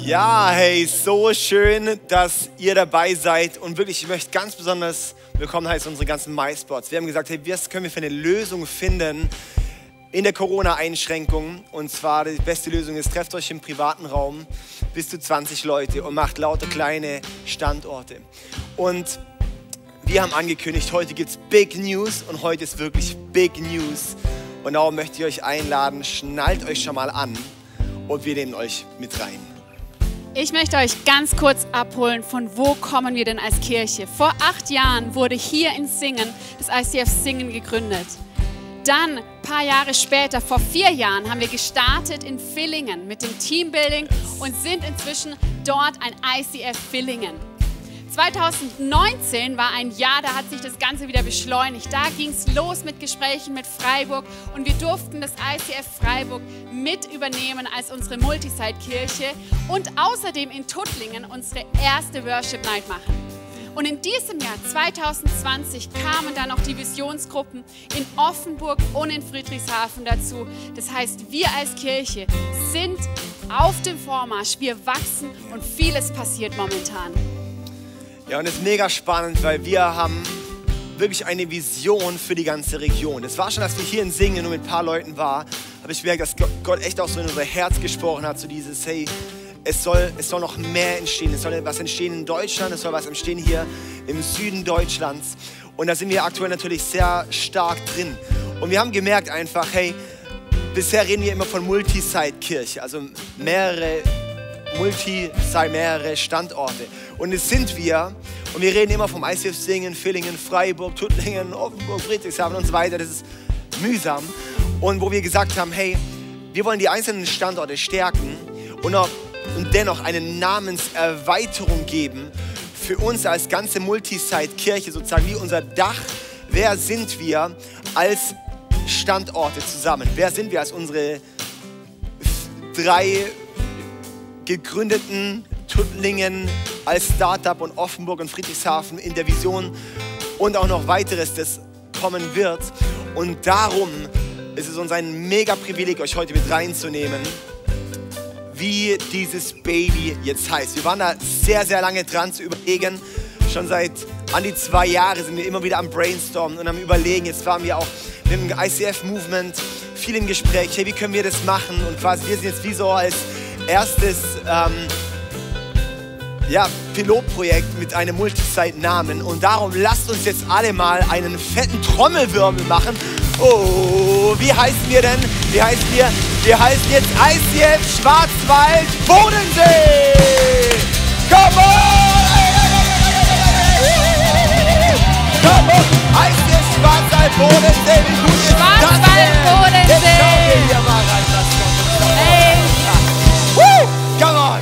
Ja, hey, so schön, dass ihr dabei seid und wirklich, ich möchte ganz besonders willkommen heißen unsere ganzen MySpots. Wir haben gesagt, hey, was können wir für eine Lösung finden in der Corona-Einschränkung? Und zwar die beste Lösung ist, trefft euch im privaten Raum, bis zu 20 Leute und macht lauter kleine Standorte. Und wir haben angekündigt, heute gibt es Big News und heute ist wirklich Big News. Und darum möchte ich euch einladen, schnallt euch schon mal an und wir nehmen euch mit rein. Ich möchte euch ganz kurz abholen, von wo kommen wir denn als Kirche. Vor 8 Jahren wurde hier in Singen das ICF Singen gegründet. Dann, ein paar Jahre später, vor 4 Jahren, haben wir gestartet in Villingen mit dem Teambuilding und sind inzwischen dort ein ICF Villingen. 2019 war ein Jahr, da hat sich das Ganze wieder beschleunigt. Da ging es los mit Gesprächen mit Freiburg und wir durften das ICF Freiburg mit übernehmen als unsere Multisite-Kirche und außerdem in Tuttlingen unsere erste Worship Night machen. Und in diesem Jahr, 2020, kamen dann noch die Visionsgruppen in Offenburg und in Friedrichshafen dazu. Das heißt, wir als Kirche sind auf dem Vormarsch, wir wachsen und vieles passiert momentan. Ja, und es ist mega spannend, weil wir haben wirklich eine Vision für die ganze Region. Es war schon, dass wir hier in Singen nur mit ein paar Leuten waren, aber ich merke, dass Gott echt auch so in unser Herz gesprochen hat, so dieses, hey, es soll noch mehr entstehen. Es soll was entstehen in Deutschland, es soll was entstehen hier im Süden Deutschlands. Und da sind wir aktuell natürlich sehr stark drin. Und wir haben gemerkt einfach, hey, bisher reden wir immer von Multisite-Kirche, also mehrere Standorte. Und es sind wir. Und wir reden immer vom ICF Singen, Villingen, Freiburg, Tuttlingen, Offenburg, Friedrichshafen und so weiter. Das ist mühsam. Und wo wir gesagt haben, hey, wir wollen die einzelnen Standorte stärken und dennoch eine Namenserweiterung geben für uns als ganze Multisite-Kirche, sozusagen wie unser Dach. Wer sind wir als Standorte zusammen? Wer sind wir als unsere 3 gegründeten Tuttlingen als Startup und Offenburg und Friedrichshafen in der Vision und auch noch weiteres, das kommen wird. Und darum ist es uns ein mega Privileg, euch heute mit reinzunehmen, wie dieses Baby jetzt heißt. Wir waren da sehr, sehr lange dran zu überlegen. Schon seit an die 2 Jahre sind wir immer wieder am Brainstormen und am Überlegen. Jetzt waren wir auch mit dem ICF-Movement viel im Gespräch. Hey, wie können wir das machen? Und quasi wir sind jetzt wie so als erstes Pilotprojekt mit einem Multisite-Namen. Und darum lasst uns jetzt alle mal einen fetten Trommelwirbel machen. Oh, wie heißen wir denn? Wie heißen wir? Wir heißen jetzt ICF Schwarzwald Bodensee. Come on! Come on! ICF Schwarzwald Bodensee. Wie gut ist Schwarzwald Bodensee. Jetzt schauen wir hier mal rein, was kommt. Hey. Woo! Come on!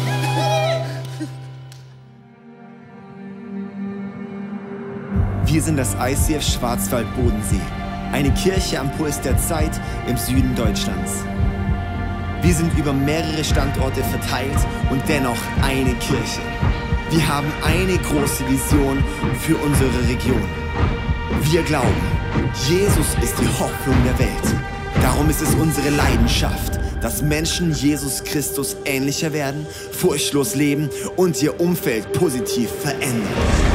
Wir sind das ICF Schwarzwald Bodensee, eine Kirche am Puls der Zeit im Süden Deutschlands. Wir sind über mehrere Standorte verteilt und dennoch eine Kirche. Wir haben eine große Vision für unsere Region. Wir glauben, Jesus ist die Hoffnung der Welt. Darum ist es unsere Leidenschaft, dass Menschen Jesus Christus ähnlicher werden, furchtlos leben und ihr Umfeld positiv verändern.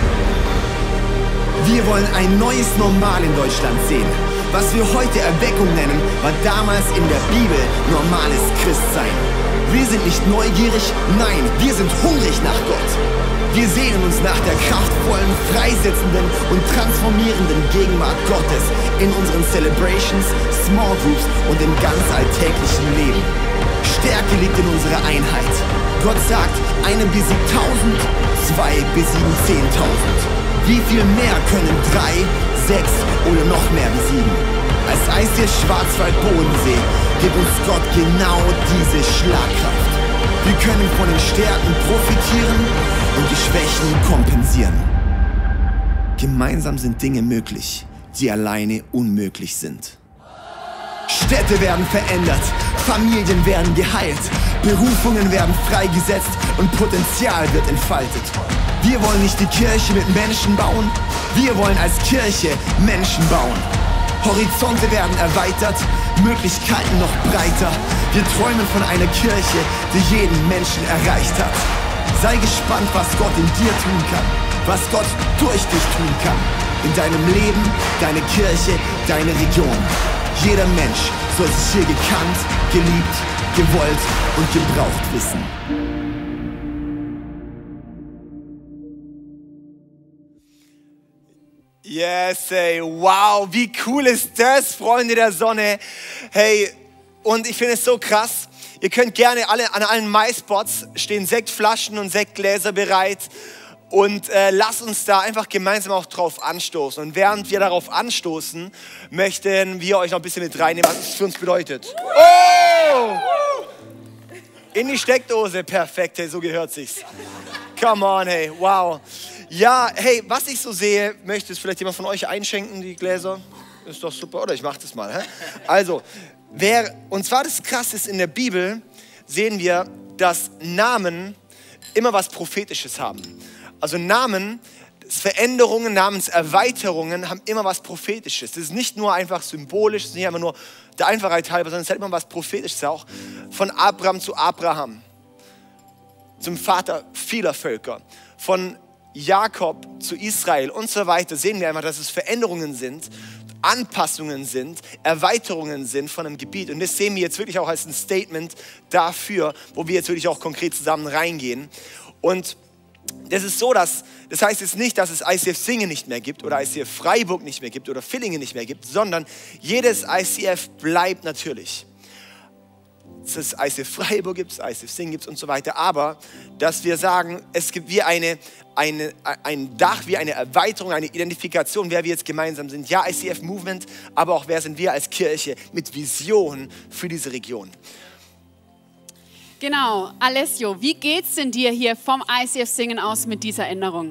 Wir wollen ein neues Normal in Deutschland sehen. Was wir heute Erweckung nennen, war damals in der Bibel normales Christsein. Wir sind nicht neugierig, nein, wir sind hungrig nach Gott. Wir sehnen uns nach der kraftvollen, freisetzenden und transformierenden Gegenwart Gottes in unseren Celebrations, Small Groups und im ganz alltäglichen Leben. Stärke liegt in unserer Einheit. Gott sagt, einer besiegt 1000, 2 besiegen 10.000. Wie viel mehr können 3, 6 oder noch mehr besiegen? Als ICF Schwarzwald Bodensee gibt uns Gott genau diese Schlagkraft. Wir können von den Stärken profitieren und die Schwächen kompensieren. Gemeinsam sind Dinge möglich, die alleine unmöglich sind. Städte werden verändert, Familien werden geheilt, Berufungen werden freigesetzt und Potenzial wird entfaltet. Wir wollen nicht die Kirche mit Menschen bauen, wir wollen als Kirche Menschen bauen. Horizonte werden erweitert, Möglichkeiten noch breiter. Wir träumen von einer Kirche, die jeden Menschen erreicht hat. Sei gespannt, was Gott in dir tun kann, was Gott durch dich tun kann. In deinem Leben, deine Kirche, deine Region. Jeder Mensch soll sich hier gekannt, geliebt, gewollt und gebraucht wissen. Yes, ey, wow, wie cool ist das, Freunde der Sonne. Hey, und ich finde es so krass. Ihr könnt gerne an allen MySpots stehen Sektflaschen und Sektgläser bereit. Und lasst uns da einfach gemeinsam auch drauf anstoßen. Und während wir darauf anstoßen, möchten wir euch noch ein bisschen mit reinnehmen, was es für uns bedeutet. Oh! In die Steckdose, perfekt, hey, so gehört sich's. Come on, hey, wow. Ja, hey, was ich so sehe, möchte es vielleicht jemand von euch einschenken, die Gläser? Ist doch super, oder? Ich mach das mal. Hä? Also, und zwar das Krasse ist, in der Bibel sehen wir, dass Namen immer was Prophetisches haben. Also Namen, Veränderungen, Namenserweiterungen haben immer was Prophetisches. Das ist nicht nur einfach symbolisch, das ist nicht einfach nur der Einfachheit halber, sondern es hat immer was Prophetisches auch. Von Abraham zu Abraham, zum Vater vieler Völker, von Jakob zu Israel und so weiter, sehen wir einfach, dass es Veränderungen sind, Anpassungen sind, Erweiterungen sind von einem Gebiet. Und das sehen wir jetzt wirklich auch als ein Statement dafür, wo wir jetzt wirklich auch konkret zusammen reingehen. Und das ist so, das heißt jetzt nicht, dass es ICF Singen nicht mehr gibt oder ICF Freiburg nicht mehr gibt oder Villingen nicht mehr gibt, sondern jedes ICF bleibt natürlich. Das ICF Freiburg gibt es, ICF Singen gibt es und so weiter. Aber, dass wir sagen, es gibt wie ein Dach, wie eine Erweiterung, eine Identifikation, wer wir jetzt gemeinsam sind. Ja, ICF Movement, aber auch wer sind wir als Kirche mit Vision für diese Region. Genau, Alessio, wie geht's denn dir hier vom ICF Singen aus mit dieser Änderung?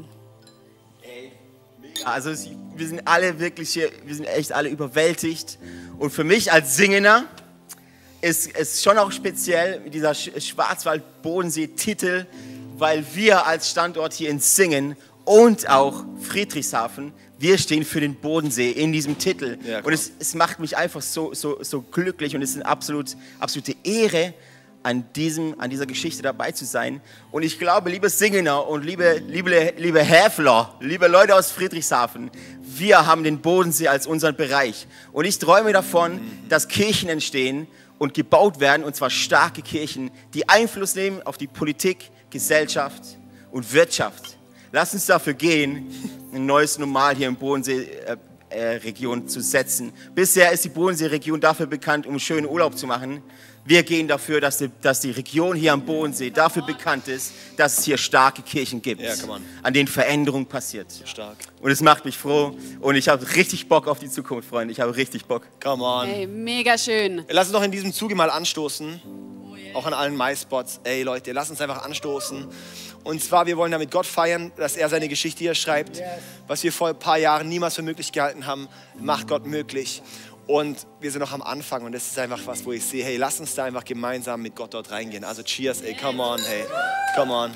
Also wir sind alle wirklich hier, wir sind echt alle überwältigt. Und für mich als Singender ist es schon auch speziell mit dieser Schwarzwald-Bodensee-Titel, weil wir als Standort hier in Singen und auch Friedrichshafen, wir stehen für den Bodensee in diesem Titel. Ja, und es macht mich einfach so glücklich und es ist eine absolute Ehre, an dieser Geschichte dabei zu sein. Und ich glaube, liebe Singener und liebe Häfler, liebe Leute aus Friedrichshafen, wir haben den Bodensee als unseren Bereich. Und ich träume davon, dass Kirchen entstehen und gebaut werden, und zwar starke Kirchen, die Einfluss nehmen auf die Politik, Gesellschaft und Wirtschaft. Lass uns dafür gehen, ein neues Normal hier im Bodensee-Region zu setzen. Bisher ist die Bodensee-Region dafür bekannt, um schönen Urlaub zu machen. Wir gehen dafür, dass die Region hier am Bodensee dafür bekannt ist, dass es hier starke Kirchen gibt, an denen Veränderung passiert. Stark. Und es macht mich froh und ich habe richtig Bock auf die Zukunft, Freunde. Ich habe richtig Bock. Come on. Hey, mega schön. Lass uns doch in diesem Zuge mal anstoßen. Auch an allen MySpots. Ey Leute, lass uns einfach anstoßen. Und zwar, wir wollen damit Gott feiern, dass er seine Geschichte hier schreibt. Was wir vor ein paar Jahren niemals für möglich gehalten haben, macht Gott möglich. Und wir sind noch am Anfang und das ist einfach was, wo ich sehe, hey, lass uns da einfach gemeinsam mit Gott dort reingehen. Also cheers, ey, come on, hey, come on.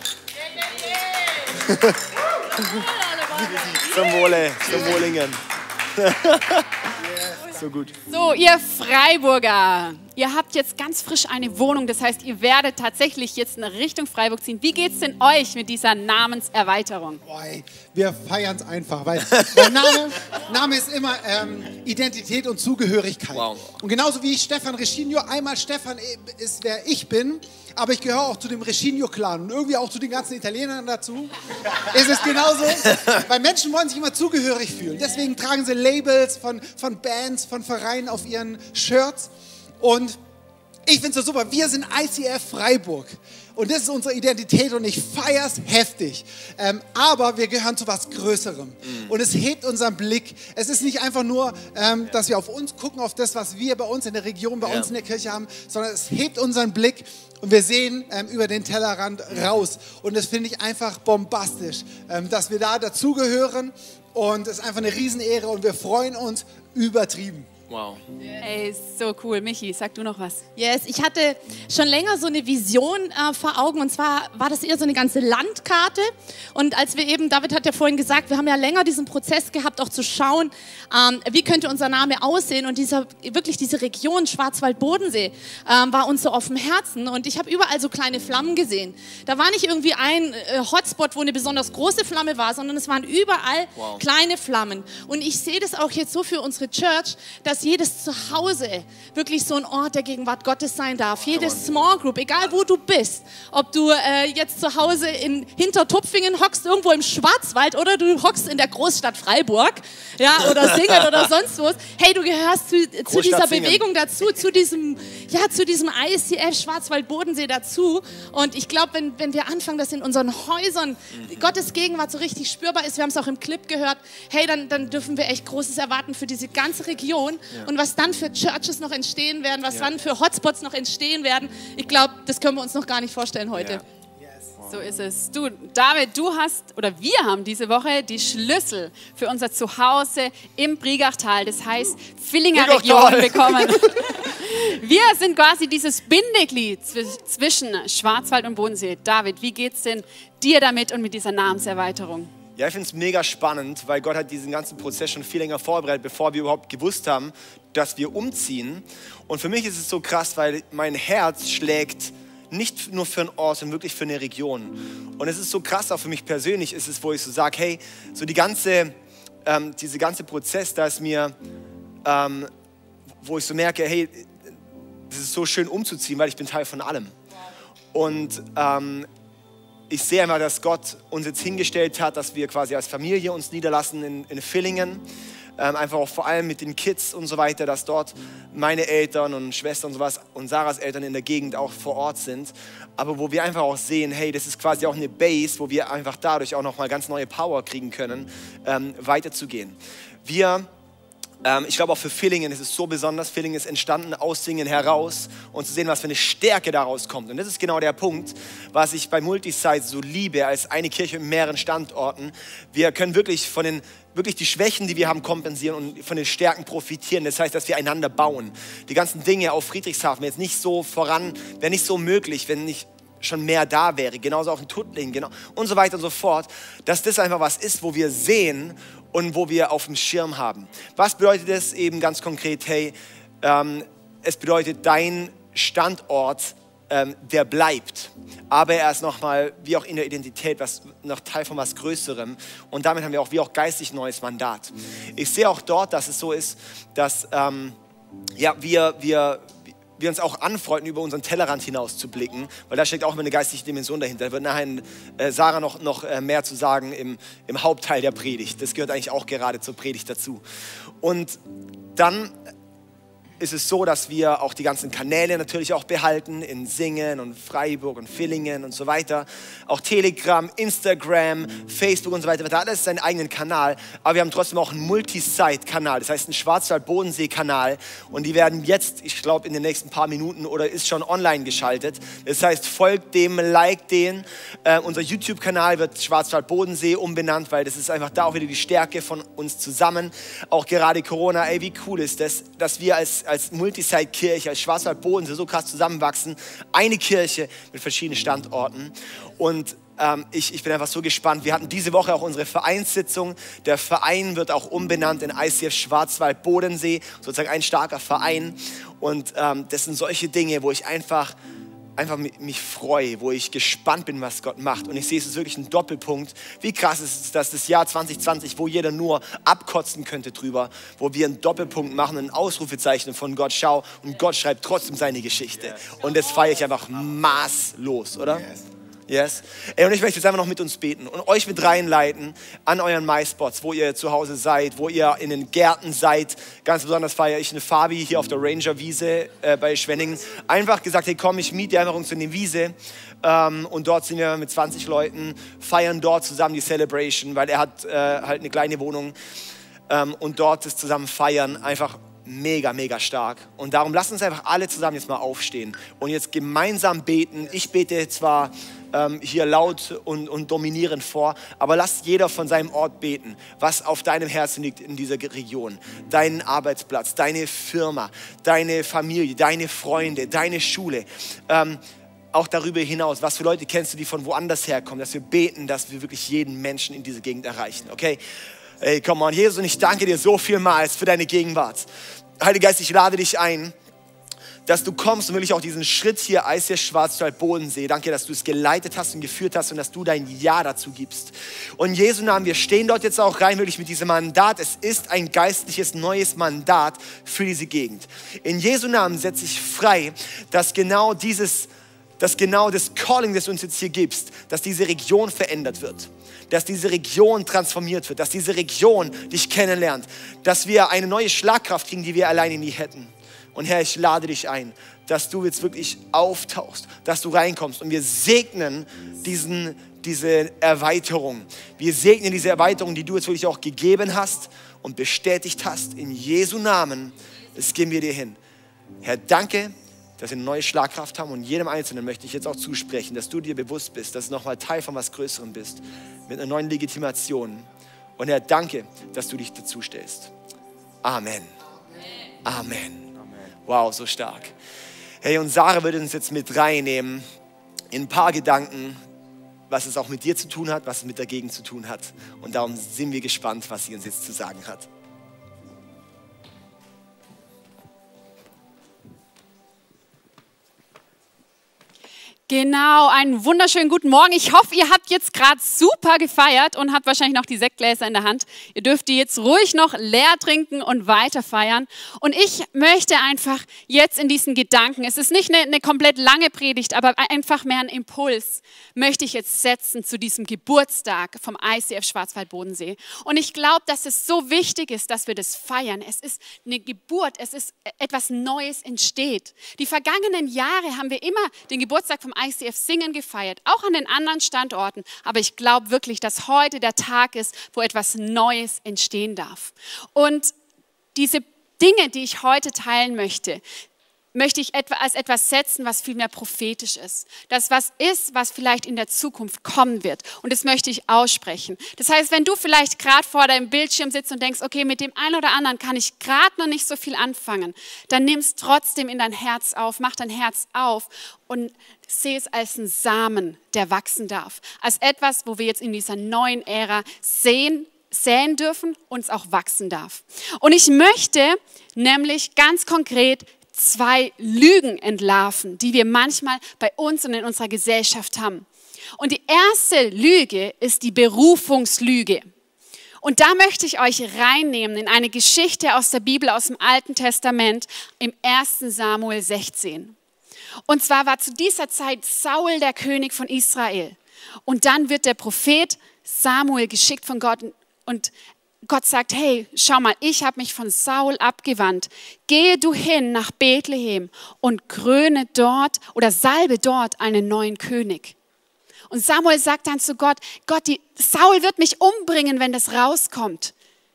Zum Wohle, zum Wohlingen. So gut. So, ihr Freiburger, ihr habt jetzt ganz frisch eine Wohnung, das heißt, ihr werdet tatsächlich jetzt in Richtung Freiburg ziehen. Wie geht's denn euch mit dieser Namenserweiterung? Boy, wir feiern es einfach, weil Name ist immer Identität und Zugehörigkeit. Wow. Und genauso wie Stefan Reschinho einmal Stefan ist, wer ich bin, aber ich gehöre auch zu dem Reschinho-Clan und irgendwie auch zu den ganzen Italienern dazu, ist es genauso, weil Menschen wollen sich immer zugehörig fühlen. Deswegen tragen sie Labels von Bands, von Vereinen auf ihren Shirts. Und ich finde es so super, wir sind ICF Freiburg und das ist unsere Identität und ich feiere es heftig. Aber wir gehören zu was Größerem und es hebt unseren Blick. Es ist nicht einfach nur, dass wir auf uns gucken, auf das, was wir bei uns in der Region, bei uns in der Kirche haben, sondern es hebt unseren Blick und wir sehen über den Tellerrand raus. Und das finde ich einfach bombastisch, dass wir da dazugehören und es ist einfach eine Riesenehre und wir freuen uns übertrieben. Wow. Ey, so cool. Michi, sag du noch was. Yes, ich hatte schon länger so eine Vision vor Augen, und zwar war das eher so eine ganze Landkarte. Und als wir eben, David hat ja vorhin gesagt, wir haben ja länger diesen Prozess gehabt, auch zu schauen, wie könnte unser Name aussehen. Und wirklich diese Region Schwarzwald-Bodensee war uns so auf dem Herzen. Und ich habe überall so kleine Flammen gesehen. Da war nicht irgendwie ein Hotspot, wo eine besonders große Flamme war, sondern es waren überall kleine Flammen. Und ich sehe das auch jetzt so für unsere Church, dass jedes Zuhause wirklich so ein Ort der Gegenwart Gottes sein darf. Jede Small Group, egal wo du bist. Ob du jetzt zu Hause in Hintertupfingen hockst, irgendwo im Schwarzwald, oder du hockst in der Großstadt Freiburg, ja, oder Singen oder sonst was. Hey, du gehörst zu dieser Bewegung dazu, zu diesem ICF Schwarzwald-Bodensee dazu. Und ich glaube, wenn wir anfangen, dass in unseren Häusern Gottes Gegenwart so richtig spürbar ist, wir haben es auch im Clip gehört, hey, dann dürfen wir echt Großes erwarten für diese ganze Region. Und was dann für Churches noch entstehen werden, was dann für Hotspots noch entstehen werden, ich glaube, das können wir uns noch gar nicht vorstellen heute. Ja. So ist es. Du, David, wir haben diese Woche die Schlüssel für unser Zuhause im Brigachtal, das heißt Villinger Region, bekommen. Wir sind quasi dieses Bindeglied zwischen Schwarzwald und Bodensee. David, wie geht's denn dir damit und mit dieser Namenserweiterung? Ja, ich finde es mega spannend, weil Gott hat diesen ganzen Prozess schon viel länger vorbereitet, bevor wir überhaupt gewusst haben, dass wir umziehen. Und für mich ist es so krass, weil mein Herz schlägt nicht nur für einen Ort, sondern wirklich für eine Region. Und es ist so krass, auch für mich persönlich ist es, wo ich so sage, hey, so dieser ganze Prozess, da ist mir, wo ich so merke, hey, es ist so schön umzuziehen, weil ich bin Teil von allem. Und ich sehe einmal, dass Gott uns jetzt hingestellt hat, dass wir quasi als Familie uns niederlassen in Villingen. Einfach auch vor allem mit den Kids und so weiter, dass dort meine Eltern und Schwestern und sowas und Sarahs Eltern in der Gegend auch vor Ort sind. Aber wo wir einfach auch sehen, hey, das ist quasi auch eine Base, wo wir einfach dadurch auch nochmal ganz neue Power kriegen können, weiterzugehen. Ich glaube auch für Villingen ist es so besonders. Villingen ist entstanden aus Singen heraus und zu sehen, was für eine Stärke daraus kommt. Und das ist genau der Punkt, was ich bei Multisite so liebe, als eine Kirche mit mehreren Standorten. Wir können wirklich die Schwächen, die wir haben, kompensieren und von den Stärken profitieren. Das heißt, dass wir einander bauen. Die ganzen Dinge auf Friedrichshafen jetzt nicht so voran, wäre nicht so möglich, wenn nicht schon mehr da wäre. Genauso auch in Tuttlingen, genau, und so weiter und so fort. Dass das einfach was ist, wo wir sehen und wo wir auf dem Schirm haben. Was bedeutet das eben ganz konkret? Hey, es bedeutet, dein Standort, der bleibt. Aber er ist nochmal, wie auch in der Identität, noch Teil von was Größerem. Und damit haben wir auch, wie auch geistig, neues Mandat. Ich sehe auch dort, dass es so ist, dass wir uns auch anfreunden, über unseren Tellerrand hinaus zu blicken, weil da steckt auch immer eine geistliche Dimension dahinter. Da wird nachher Sarah noch mehr zu sagen im Hauptteil der Predigt. Das gehört eigentlich auch gerade zur Predigt dazu. Und dann ist es so, dass wir auch die ganzen Kanäle natürlich auch behalten, in Singen und Freiburg und Villingen und so weiter. Auch Telegram, Instagram, Facebook und so weiter. Da hat alles seinen eigenen Kanal. Aber wir haben trotzdem auch einen Multisite-Kanal, das heißt einen Schwarzwald-Bodensee-Kanal. Und die werden jetzt, ich glaube, in den nächsten paar Minuten oder ist schon online geschaltet. Das heißt, folgt dem, liked den. Unser YouTube-Kanal wird Schwarzwald-Bodensee umbenannt, weil das ist einfach da auch wieder die Stärke von uns zusammen. Auch gerade Corona, ey, wie cool ist das, dass wir als Multisite-Kirche, als Schwarzwald-Bodensee so krass zusammenwachsen. Eine Kirche mit verschiedenen Standorten. Und ich bin einfach so gespannt. Wir hatten diese Woche auch unsere Vereinssitzung. Der Verein wird auch umbenannt in ICF Schwarzwald-Bodensee, sozusagen ein starker Verein. Und das sind solche Dinge, wo ich einfach mich freue, wo ich gespannt bin, was Gott macht. Und ich sehe, es ist wirklich ein Doppelpunkt. Wie krass ist es, dass das Jahr 2020, wo jeder nur abkotzen könnte drüber, wo wir einen Doppelpunkt machen, ein Ausrufezeichen von Gott, schau, und Gott schreibt trotzdem seine Geschichte. Und das feiere ich einfach maßlos, oder? Yes. Ey, und ich möchte jetzt einfach noch mit uns beten und euch mit reinleiten an euren MySpots, wo ihr zu Hause seid, wo ihr in den Gärten seid. Ganz besonders feiere ich eine Fabi hier auf der Rangerwiese bei Schwenningen. Einfach gesagt, hey komm, ich miete einfach uns in die Wiese. Und dort sind wir mit 20 Leuten, feiern dort zusammen die Celebration, weil er hat halt eine kleine Wohnung. Und dort das zusammen feiern, einfach mega, mega stark. Und darum lasst uns einfach alle zusammen jetzt mal aufstehen und jetzt gemeinsam beten. Ich bete zwar hier laut und dominierend vor, aber lasst jeder von seinem Ort beten, was auf deinem Herzen liegt in dieser Region. Deinen Arbeitsplatz, deine Firma, deine Familie, deine Freunde, deine Schule. Auch darüber hinaus, was für Leute kennst du, die von woanders herkommen, dass wir beten, dass wir wirklich jeden Menschen in dieser Gegend erreichen, okay? Hey, come on, Jesus, und ich danke dir so vielmals für deine Gegenwart. Heiliger Geist, ich lade dich ein, dass du kommst und wirklich auch diesen Schritt hier, ICF Schwarzwald Bodensee. Danke, dass du es geleitet hast und geführt hast und dass du dein Ja dazu gibst. Und in Jesu Namen, wir stehen dort jetzt auch rein, wirklich mit diesem Mandat. Es ist ein geistliches, neues Mandat für diese Gegend. In Jesu Namen setze ich frei, dass genau das Calling, das du uns jetzt hier gibst, dass diese Region verändert wird. Dass diese Region transformiert wird, dass diese Region dich kennenlernt, dass wir eine neue Schlagkraft kriegen, die wir alleine nie hätten. Und Herr, ich lade dich ein, dass du jetzt wirklich auftauchst, dass du reinkommst und wir segnen diese Erweiterung. Wir segnen diese Erweiterung, die du jetzt wirklich auch gegeben hast und bestätigt hast. In Jesu Namen, das geben wir dir hin. Herr, danke, dass wir eine neue Schlagkraft haben und jedem Einzelnen möchte ich jetzt auch zusprechen, dass du dir bewusst bist, dass du nochmal Teil von was Größerem bist, mit einer neuen Legitimation. Und Herr, danke, dass du dich dazu stellst. Amen. Amen. Wow, so stark. Hey, und Sarah würde uns jetzt mit reinnehmen in ein paar Gedanken, was es auch mit dir zu tun hat, was es mit der Gegend zu tun hat. Und darum sind wir gespannt, was sie uns jetzt zu sagen hat. Genau, einen wunderschönen guten Morgen. Ich hoffe, ihr habt jetzt gerade super gefeiert und habt wahrscheinlich noch die Sektgläser in der Hand. Ihr dürft die jetzt ruhig noch leer trinken und weiter feiern. Und ich möchte einfach jetzt in diesen Gedanken, es ist nicht eine komplett lange Predigt, aber einfach mehr ein Impuls, möchte ich jetzt setzen zu diesem Geburtstag vom ICF Schwarzwald Bodensee. Und ich glaube, dass es so wichtig ist, dass wir das feiern. Es ist eine Geburt, es ist etwas Neues entsteht. Die vergangenen Jahre haben wir immer den Geburtstag vom ICF Singen gefeiert, auch an den anderen Standorten. Aber ich glaube wirklich, dass heute der Tag ist, wo etwas Neues entstehen darf. Und diese Dinge, die ich heute teilen möchte ich als etwas setzen, was viel mehr prophetisch ist. Das was ist, was vielleicht in der Zukunft kommen wird. Und das möchte ich aussprechen. Das heißt, wenn du vielleicht gerade vor deinem Bildschirm sitzt und denkst, okay, mit dem einen oder anderen kann ich gerade noch nicht so viel anfangen, dann nimm es trotzdem in dein Herz auf, mach dein Herz auf und sehe es als einen Samen, der wachsen darf. Als etwas, wo wir jetzt in dieser neuen Ära säen dürfen und es auch wachsen darf. Und ich möchte nämlich ganz konkret 2 Lügen entlarven, die wir manchmal bei uns und in unserer Gesellschaft haben. Und die erste Lüge ist die Berufungslüge. Und da möchte ich euch reinnehmen in eine Geschichte aus der Bibel, aus dem Alten Testament, im 1. Samuel 16. Und zwar war zu dieser Zeit Saul der König von Israel. Und dann wird der Prophet Samuel geschickt von Gott und Gott sagt, hey, schau mal, ich habe mich von Saul abgewandt. Gehe du hin nach Bethlehem und kröne dort oder salbe dort einen neuen König. Und Samuel sagt dann zu Gott, Saul wird mich umbringen, wenn das rauskommt.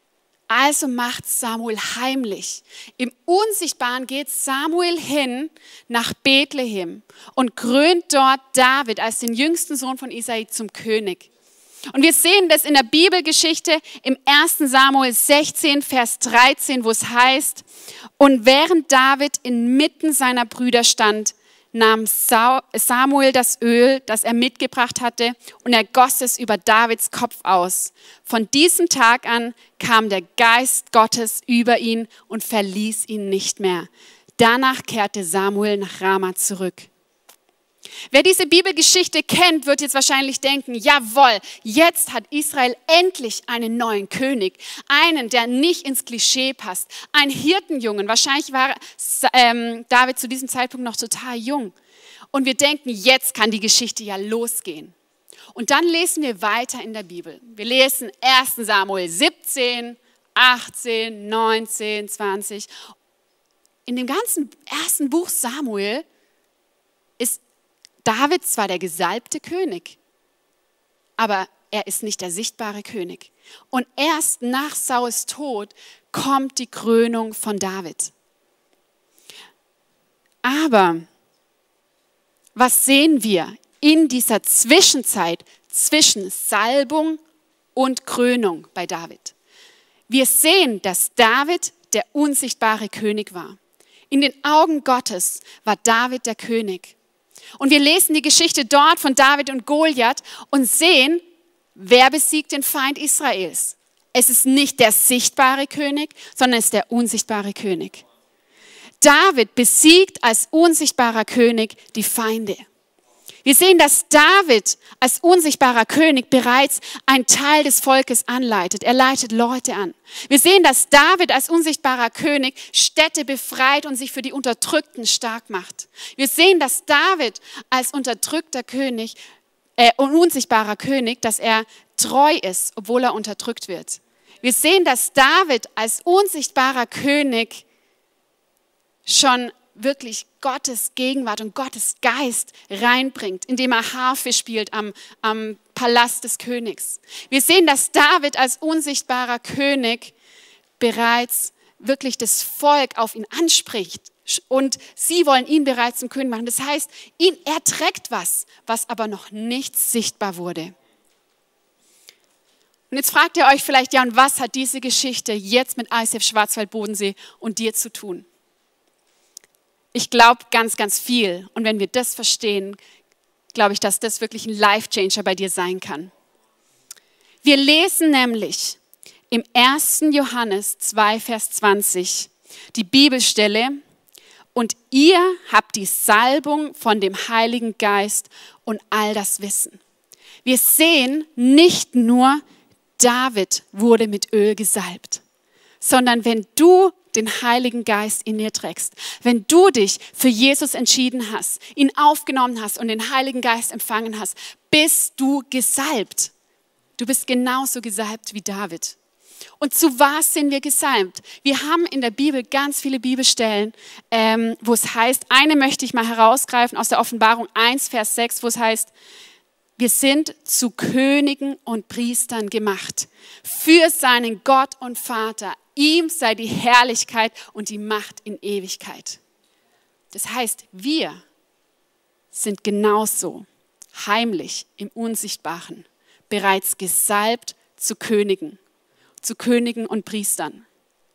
Also macht Samuel heimlich. Im Unsichtbaren geht Samuel hin nach Bethlehem und krönt dort David als den jüngsten Sohn von Isai zum König. Und wir sehen das in der Bibelgeschichte im 1. Samuel 16, Vers 13, wo es heißt, und während David inmitten seiner Brüder stand, nahm Samuel das Öl, das er mitgebracht hatte, und er goss es über Davids Kopf aus. Von diesem Tag an kam der Geist Gottes über ihn und verließ ihn nicht mehr. Danach kehrte Samuel nach Rama zurück. Wer diese Bibelgeschichte kennt, wird jetzt wahrscheinlich denken, jawohl, jetzt hat Israel endlich einen neuen König. Einen, der nicht ins Klischee passt. Ein Hirtenjungen. Wahrscheinlich war David zu diesem Zeitpunkt noch total jung. Und wir denken, jetzt kann die Geschichte ja losgehen. Und dann lesen wir weiter in der Bibel. Wir lesen 1. Samuel 17, 18, 19, 20. In dem ganzen ersten Buch Samuel ist David zwar der gesalbte König, aber er ist nicht der sichtbare König. Und erst nach Sauls Tod kommt die Krönung von David. Aber was sehen wir in dieser Zwischenzeit zwischen Salbung und Krönung bei David? Wir sehen, dass David der unsichtbare König war. In den Augen Gottes war David der König. Und wir lesen die Geschichte dort von David und Goliath und sehen, wer besiegt den Feind Israels. Es ist nicht der sichtbare König, sondern es ist der unsichtbare König. David besiegt als unsichtbarer König die Feinde. Wir sehen, dass David als unsichtbarer König bereits einen Teil des Volkes anleitet. Er leitet Leute an. Wir sehen, dass David als unsichtbarer König Städte befreit und sich für die Unterdrückten stark macht. Wir sehen, dass David als unterdrückter König und unsichtbarer König, dass er treu ist, obwohl er unterdrückt wird. Wir sehen, dass David als unsichtbarer König schon wirklich Gottes Gegenwart und Gottes Geist reinbringt, indem er Harfe spielt am Palast des Königs. Wir sehen, dass David als unsichtbarer König bereits wirklich das Volk auf ihn anspricht und sie wollen ihn bereits zum König machen. Das heißt, er trägt was aber noch nicht sichtbar wurde. Und jetzt fragt ihr euch vielleicht, ja, und was hat diese Geschichte jetzt mit ICF Schwarzwald-Bodensee und dir zu tun? Ich glaube ganz, ganz viel. Und wenn wir das verstehen, glaube ich, dass das wirklich ein Life-Changer bei dir sein kann. Wir lesen nämlich im 1. Johannes 2, Vers 20 die Bibelstelle: Und ihr habt die Salbung von dem Heiligen Geist und all das Wissen. Wir sehen nicht nur, David wurde mit Öl gesalbt, sondern wenn du den Heiligen Geist in dir trägst, wenn du dich für Jesus entschieden hast, ihn aufgenommen hast und den Heiligen Geist empfangen hast, bist du gesalbt. Du bist genauso gesalbt wie David. Und zu was sind wir gesalbt? Wir haben in der Bibel ganz viele Bibelstellen, wo es heißt, eine möchte ich mal herausgreifen aus der Offenbarung 1, Vers 6, wo es heißt, wir sind zu Königen und Priestern gemacht, für seinen Gott und Vater. Ihm sei die Herrlichkeit und die Macht in Ewigkeit. Das heißt, wir sind genauso heimlich im Unsichtbaren bereits gesalbt zu Königen und Priestern.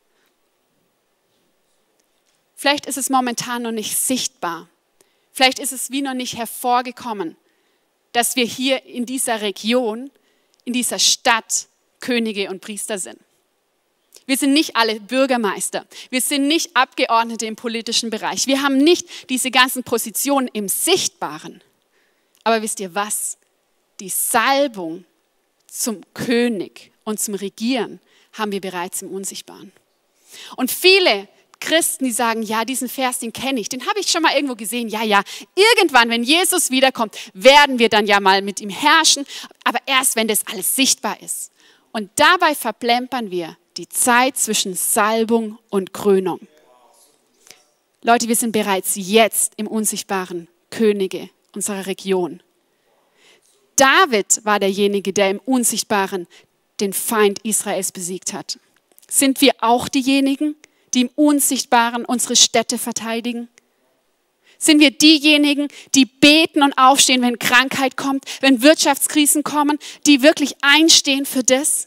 Vielleicht ist es momentan noch nicht sichtbar. Vielleicht ist es wie noch nicht hervorgekommen, dass wir hier in dieser Region, in dieser Stadt Könige und Priester sind. Wir sind nicht alle Bürgermeister. Wir sind nicht Abgeordnete im politischen Bereich. Wir haben nicht diese ganzen Positionen im Sichtbaren. Aber wisst ihr was? Die Salbung zum König und zum Regieren haben wir bereits im Unsichtbaren. Und viele Christen, die sagen, ja, diesen Vers, den kenne ich, den habe ich schon mal irgendwo gesehen. Ja, irgendwann, wenn Jesus wiederkommt, werden wir dann ja mal mit ihm herrschen, aber erst, wenn das alles sichtbar ist. Und dabei verplempern wir die Zeit zwischen Salbung und Krönung. Leute, wir sind bereits jetzt im Unsichtbaren Könige unserer Region. David war derjenige, der im Unsichtbaren den Feind Israels besiegt hat. Sind wir auch diejenigen, die im Unsichtbaren unsere Städte verteidigen? Sind wir diejenigen, die beten und aufstehen, wenn Krankheit kommt, wenn Wirtschaftskrisen kommen, die wirklich einstehen für das?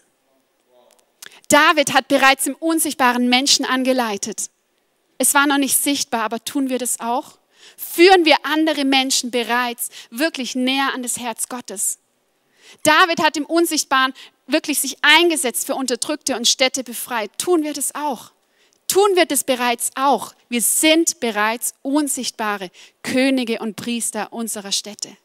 David hat bereits im Unsichtbaren Menschen angeleitet. Es war noch nicht sichtbar, aber tun wir das auch? Führen wir andere Menschen bereits wirklich näher an das Herz Gottes? David hat im Unsichtbaren wirklich sich eingesetzt für Unterdrückte und Städte befreit. Tun wir das auch? Tun wir das bereits auch? Wir sind bereits unsichtbare Könige und Priester unserer Städte.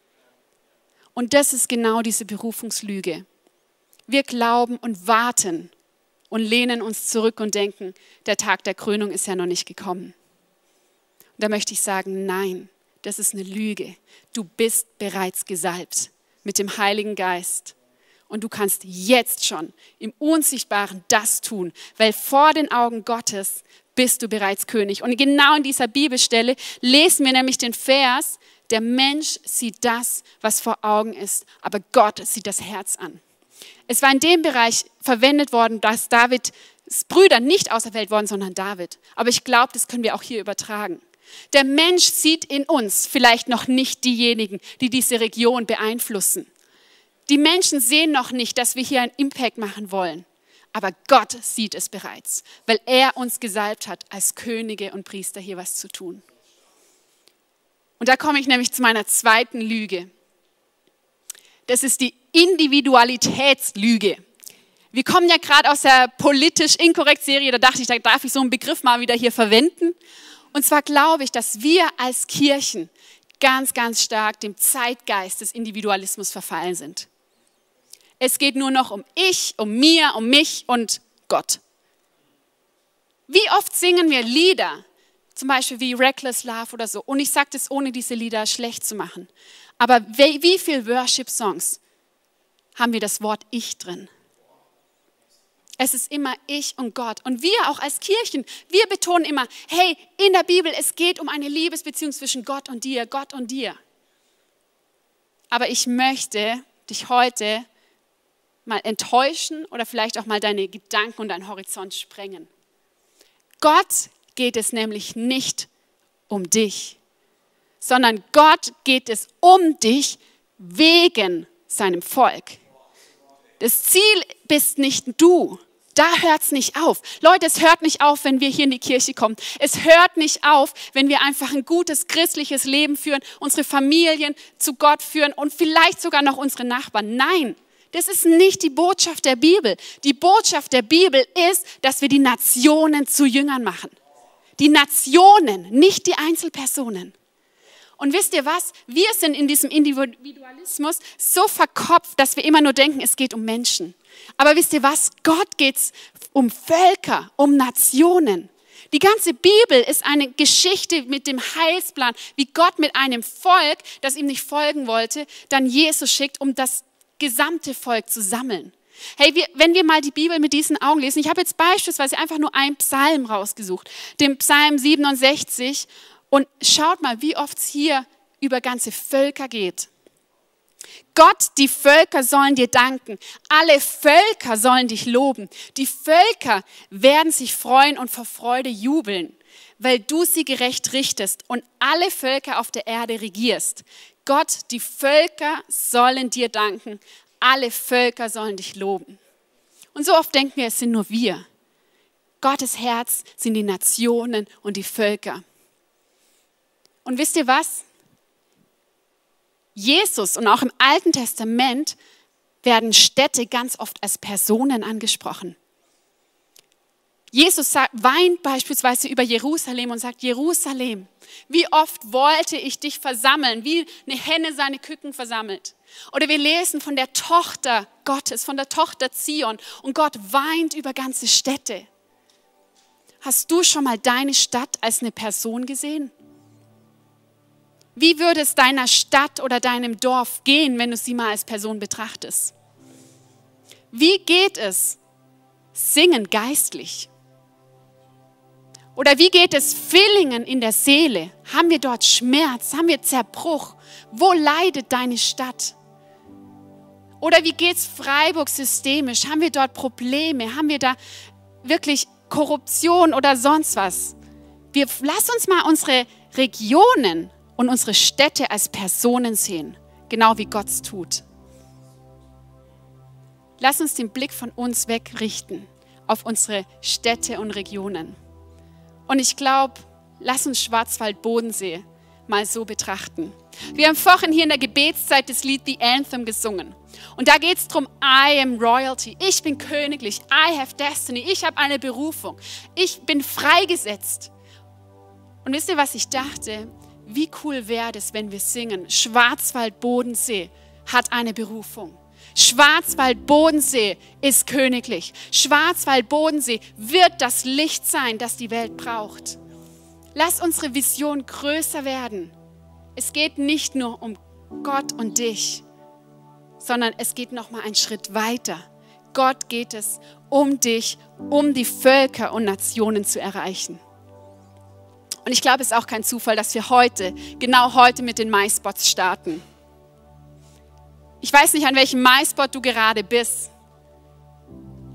Und das ist genau diese Berufungslüge. Wir glauben und warten und lehnen uns zurück und denken, der Tag der Krönung ist ja noch nicht gekommen. Und da möchte ich sagen, nein, das ist eine Lüge. Du bist bereits gesalbt mit dem Heiligen Geist. Und du kannst jetzt schon im Unsichtbaren das tun, weil vor den Augen Gottes bist du bereits König. Und genau in dieser Bibelstelle lesen wir nämlich den Vers, der Mensch sieht das, was vor Augen ist, aber Gott sieht das Herz an. Es war in dem Bereich verwendet worden, dass David Brüder nicht auserwählt worden, sondern David. Aber ich glaube, das können wir auch hier übertragen. Der Mensch sieht in uns vielleicht noch nicht diejenigen, die diese Region beeinflussen. Die Menschen sehen noch nicht, dass wir hier einen Impact machen wollen. Aber Gott sieht es bereits, weil er uns gesalbt hat, als Könige und Priester hier was zu tun. Und da komme ich nämlich zu meiner zweiten Lüge. Das ist die Individualitätslüge. Wir kommen ja gerade aus der politisch inkorrekt Serie, da dachte ich, da darf ich so einen Begriff mal wieder hier verwenden. Und zwar glaube ich, dass wir als Kirchen ganz, ganz stark dem Zeitgeist des Individualismus verfallen sind. Es geht nur noch um ich, um mir, um mich und Gott. Wie oft singen wir Lieder, zum Beispiel wie Reckless Love oder so. Und ich sage das, ohne diese Lieder schlecht zu machen. Aber wie viele Worship-Songs haben wir das Wort Ich drin? Es ist immer ich und Gott. Und wir auch als Kirchen, wir betonen immer, hey, in der Bibel, es geht um eine Liebesbeziehung zwischen Gott und dir, Gott und dir. Aber ich möchte dich heute mal enttäuschen oder vielleicht auch mal deine Gedanken und deinen Horizont sprengen. Gott geht es nämlich nicht um dich, sondern Gott geht es um dich wegen seinem Volk. Das Ziel bist nicht du. Da hört es nicht auf. Leute, es hört nicht auf, wenn wir hier in die Kirche kommen. Es hört nicht auf, wenn wir einfach ein gutes christliches Leben führen, unsere Familien zu Gott führen und vielleicht sogar noch unsere Nachbarn. Nein, das ist nicht die Botschaft der Bibel. Die Botschaft der Bibel ist, dass wir die Nationen zu Jüngern machen. Die Nationen, nicht die Einzelpersonen. Und wisst ihr was? Wir sind in diesem Individualismus so verkopft, dass wir immer nur denken, es geht um Menschen. Aber wisst ihr was? Gott geht es um Völker, um Nationen. Die ganze Bibel ist eine Geschichte mit dem Heilsplan, wie Gott mit einem Volk, das ihm nicht folgen wollte, dann Jesus schickt, um das gesamte Volk zu sammeln. Hey, wenn wir mal die Bibel mit diesen Augen lesen, ich habe jetzt beispielsweise einfach nur einen Psalm rausgesucht, den Psalm 67, und schaut mal, wie oft es hier über ganze Völker geht. Gott, die Völker sollen dir danken. Alle Völker sollen dich loben. Die Völker werden sich freuen und vor Freude jubeln, weil du sie gerecht richtest und alle Völker auf der Erde regierst. Gott, die Völker sollen dir danken. Alle Völker sollen dich loben. Und so oft denken wir, es sind nur wir. Gottes Herz sind die Nationen und die Völker. Und wisst ihr was? Jesus und auch im Alten Testament werden Städte ganz oft als Personen angesprochen. Jesus weint beispielsweise über Jerusalem und sagt, Jerusalem, wie oft wollte ich dich versammeln, wie eine Henne seine Küken versammelt. Oder wir lesen von der Tochter Gottes, von der Tochter Zion, und Gott weint über ganze Städte. Hast du schon mal deine Stadt als eine Person gesehen? Wie würde es deiner Stadt oder deinem Dorf gehen, wenn du sie mal als Person betrachtest? Wie geht es singen geistlich? Oder wie geht es Villingen in der Seele? Haben wir dort Schmerz? Haben wir Zerbruch? Wo leidet deine Stadt? Oder wie geht es Freiburg systemisch? Haben wir dort Probleme? Haben wir da wirklich Korruption oder sonst was? Lass uns mal unsere Regionen und unsere Städte als Personen sehen, genau wie Gott es tut. Lass uns den Blick von uns wegrichten auf unsere Städte und Regionen. Und ich glaube, lass uns Schwarzwald-Bodensee mal so betrachten. Wir haben vorhin hier in der Gebetszeit das Lied The Anthem gesungen. Und da geht es darum, I am royalty. Ich bin königlich. I have destiny. Ich habe eine Berufung. Ich bin freigesetzt. Und wisst ihr, was ich dachte? Wie cool wäre es, wenn wir singen, Schwarzwald-Bodensee hat eine Berufung. Schwarzwald-Bodensee ist königlich. Schwarzwald-Bodensee wird das Licht sein, das die Welt braucht. Lass unsere Vision größer werden. Es geht nicht nur um Gott und dich, sondern es geht noch mal einen Schritt weiter. Gott geht es um dich, um die Völker und Nationen zu erreichen. Und ich glaube, es ist auch kein Zufall, dass wir genau heute mit den MySpots starten. Ich weiß nicht, an welchem MySpot du gerade bist.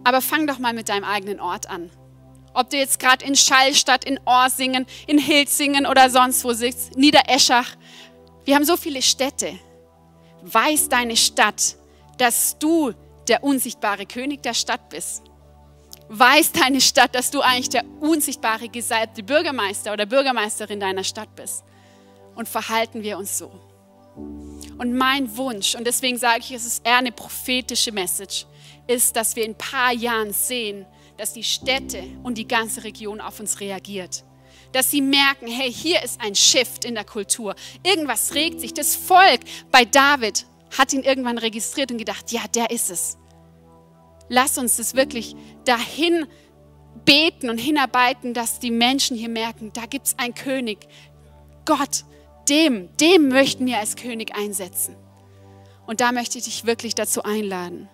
Aber fang doch mal mit deinem eigenen Ort an. Ob du jetzt gerade in Schallstadt, in Orsingen, in Hilzingen oder sonst wo sitzt, Niedereschach. Wir haben so viele Städte. Weiß deine Stadt, dass du der unsichtbare König der Stadt bist. Weiß deine Stadt, dass du eigentlich der unsichtbare gesalbte Bürgermeister oder Bürgermeisterin deiner Stadt bist. Und verhalten wir uns so. Und mein Wunsch, und deswegen sage ich, es ist eher eine prophetische Message, ist, dass wir in ein paar Jahren sehen, dass die Städte und die ganze Region auf uns reagiert. Dass sie merken, hey, hier ist ein Shift in der Kultur. Irgendwas regt sich. Das Volk bei David hat ihn irgendwann registriert und gedacht, ja, der ist es. Lass uns das wirklich dahin beten und hinarbeiten, dass die Menschen hier merken, da gibt es einen König. Gott, dem möchten wir als König einsetzen. Und da möchte ich dich wirklich dazu einladen.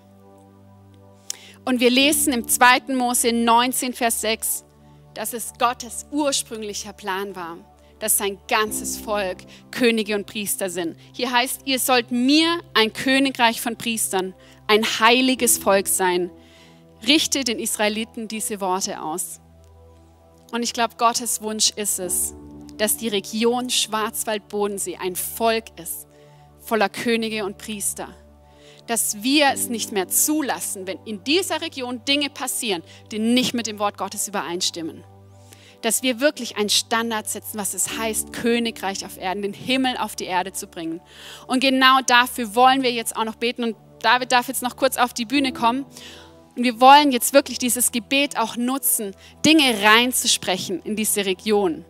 Und wir lesen im 2. Mose 19, Vers 6, dass es Gottes ursprünglicher Plan war, dass sein ganzes Volk Könige und Priester sind. Hier heißt, ihr sollt mir ein Königreich von Priestern, ein heiliges Volk sein. Richte den Israeliten diese Worte aus. Und ich glaube, Gottes Wunsch ist es, dass die Region Schwarzwald-Bodensee ein Volk ist, voller Könige und Priester. Dass wir es nicht mehr zulassen, wenn in dieser Region Dinge passieren, die nicht mit dem Wort Gottes übereinstimmen. Dass wir wirklich einen Standard setzen, was es heißt, Königreich auf Erden, den Himmel auf die Erde zu bringen. Und genau dafür wollen wir jetzt auch noch beten. Und David darf jetzt noch kurz auf die Bühne kommen. Und wir wollen jetzt wirklich dieses Gebet auch nutzen, Dinge reinzusprechen in diese Region.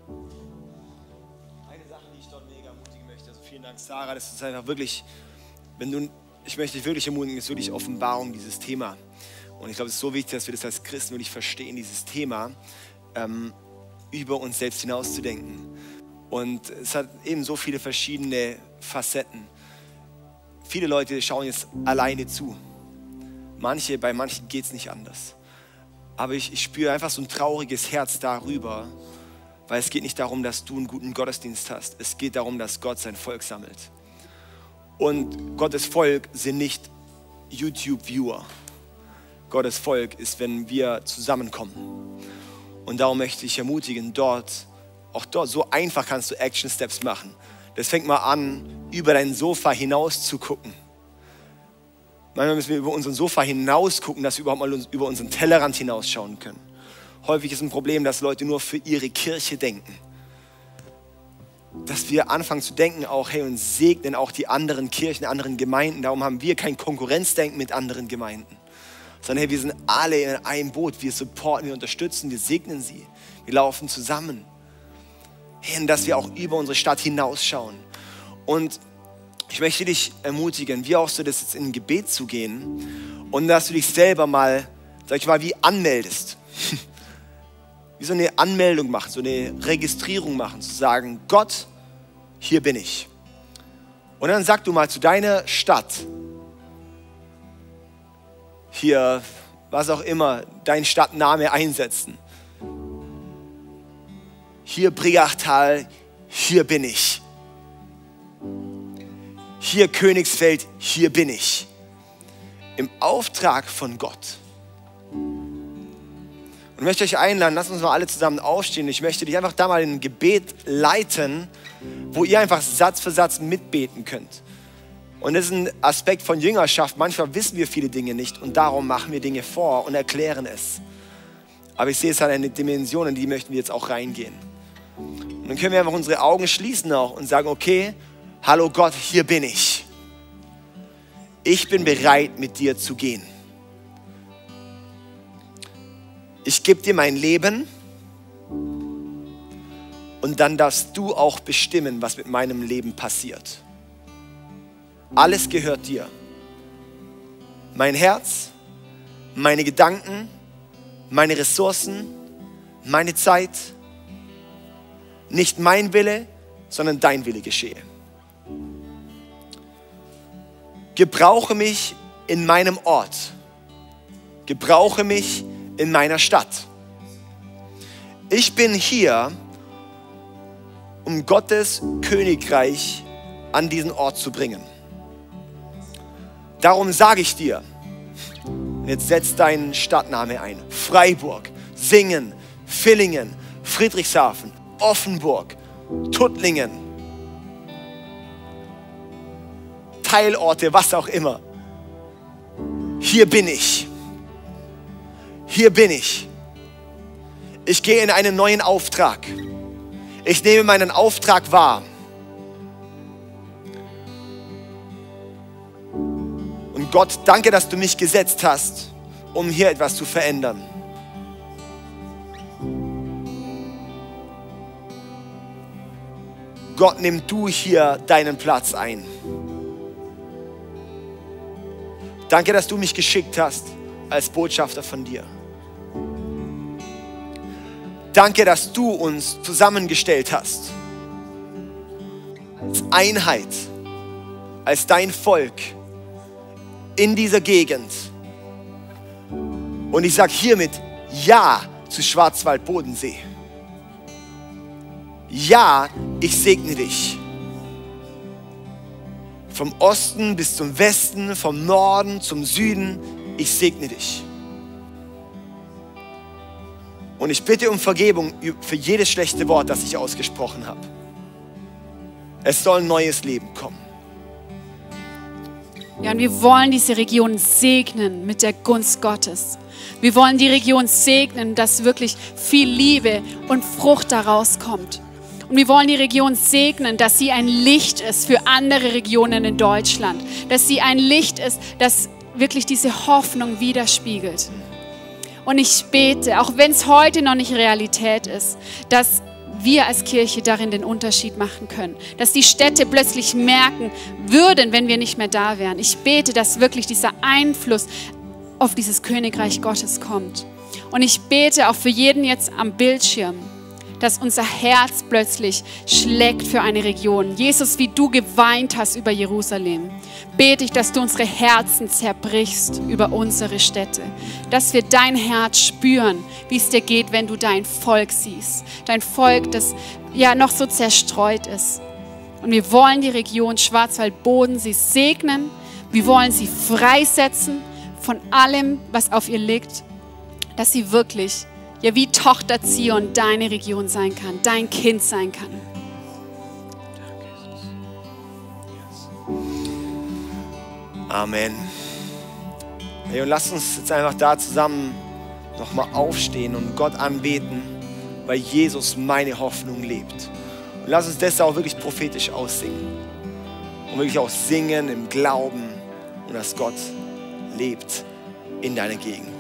Eine Sache, die ich dort mega ermutigen möchte, also vielen Dank, Sarah, das ist einfach wirklich, ich möchte dich wirklich ermutigen, es ist wirklich Offenbarung, dieses Thema. Und ich glaube, es ist so wichtig, dass wir das als Christen wirklich verstehen, dieses Thema, über uns selbst hinauszudenken. Und es hat eben so viele verschiedene Facetten. Viele Leute schauen jetzt alleine zu. Bei manchen geht es nicht anders. Aber ich spüre einfach so ein trauriges Herz darüber, weil es geht nicht darum, dass du einen guten Gottesdienst hast. Es geht darum, dass Gott sein Volk sammelt. Und Gottes Volk sind nicht YouTube-Viewer. Gottes Volk ist, wenn wir zusammenkommen. Und darum möchte ich ermutigen, auch dort, so einfach kannst du Action Steps machen. Das fängt mal an, über dein Sofa hinaus zu gucken. Manchmal müssen wir über unseren Sofa hinaus gucken, dass wir überhaupt mal über unseren Tellerrand hinausschauen können. Häufig ist ein Problem, dass Leute nur für ihre Kirche denken. Dass wir anfangen zu denken auch, hey, und segnen auch die anderen Kirchen, anderen Gemeinden. Darum haben wir kein Konkurrenzdenken mit anderen Gemeinden. Sondern hey, wir sind alle in einem Boot. Wir supporten, wir unterstützen, wir segnen sie. Wir laufen zusammen. Hey, und dass wir auch über unsere Stadt hinausschauen. Und ich möchte dich ermutigen, wie auch so das jetzt in ein Gebet zu gehen und dass du dich selber mal, sag ich mal, wie anmeldest. Wie so eine Anmeldung machen, so eine Registrierung machen, zu sagen, Gott, hier bin ich. Und dann sag du mal zu deiner Stadt, hier, was auch immer, deinen Stadtname einsetzen. Hier Briachtal, hier bin ich. Hier Königsfeld, hier bin ich. Im Auftrag von Gott. Und ich möchte euch einladen, lasst uns mal alle zusammen aufstehen. Ich möchte dich einfach da mal in ein Gebet leiten, wo ihr einfach Satz für Satz mitbeten könnt. Und das ist ein Aspekt von Jüngerschaft. Manchmal wissen wir viele Dinge nicht und darum machen wir Dinge vor und erklären es. Aber ich sehe es halt eine Dimension, in die möchten wir jetzt auch reingehen. Und dann können wir einfach unsere Augen schließen auch und sagen, okay, hallo Gott, hier bin ich. Ich bin bereit, mit dir zu gehen. Ich gebe dir mein Leben und dann darfst du auch bestimmen, was mit meinem Leben passiert. Alles gehört dir. Mein Herz, meine Gedanken, meine Ressourcen, meine Zeit. Nicht mein Wille, sondern dein Wille geschehe. Gebrauche mich in meinem Ort. Gebrauche mich in meiner Stadt. Ich bin hier, um Gottes Königreich an diesen Ort zu bringen. Darum sage ich dir, Und jetzt setz deinen Stadtname ein. Freiburg, Singen, Villingen, Friedrichshafen, Offenburg, Tuttlingen, Teilorte, was auch immer. Hier bin ich. Hier bin ich. Ich gehe in einen neuen Auftrag. Ich nehme meinen Auftrag wahr. Und Gott, danke, dass du mich gesetzt hast, um hier etwas zu verändern. Gott, nimm du hier deinen Platz ein. Danke, dass du mich geschickt hast als Botschafter von dir. Danke, dass du uns zusammengestellt hast. Als Einheit, als dein Volk in dieser Gegend. Und ich sage hiermit Ja zu Schwarzwald-Bodensee. Ja, ich segne dich. Vom Osten bis zum Westen, vom Norden zum Süden, ich segne dich. Und ich bitte um Vergebung für jedes schlechte Wort, das ich ausgesprochen habe. Es soll ein neues Leben kommen. Ja, und wir wollen diese Region segnen mit der Gunst Gottes. Wir wollen die Region segnen, dass wirklich viel Liebe und Frucht daraus kommt. Und wir wollen die Region segnen, dass sie ein Licht ist für andere Regionen in Deutschland. Dass sie ein Licht ist, das wirklich diese Hoffnung widerspiegelt. Und ich bete, auch wenn es heute noch nicht Realität ist, dass wir als Kirche darin den Unterschied machen können. Dass die Städte plötzlich merken würden, wenn wir nicht mehr da wären. Ich bete, dass wirklich dieser Einfluss auf dieses Königreich Gottes kommt. Und ich bete auch für jeden jetzt am Bildschirm, dass unser Herz plötzlich schlägt für eine Region. Jesus, wie du geweint hast über Jerusalem, bete ich, dass du unsere Herzen zerbrichst über unsere Städte. Dass wir dein Herz spüren, wie es dir geht, wenn du dein Volk siehst. Dein Volk, das ja noch so zerstreut ist. Und wir wollen die Region Schwarzwald-Bodensee segnen. Wir wollen sie freisetzen von allem, was auf ihr liegt. Dass sie wirklich ja wie Tochter Zion deine Region sein kann, dein Kind sein kann. Amen. Hey, und lasst uns jetzt einfach da zusammen nochmal aufstehen und Gott anbeten, weil Jesus meine Hoffnung lebt. Und lass uns das auch wirklich prophetisch aussingen. Und wirklich auch singen im Glauben und dass Gott lebt in deiner Gegend.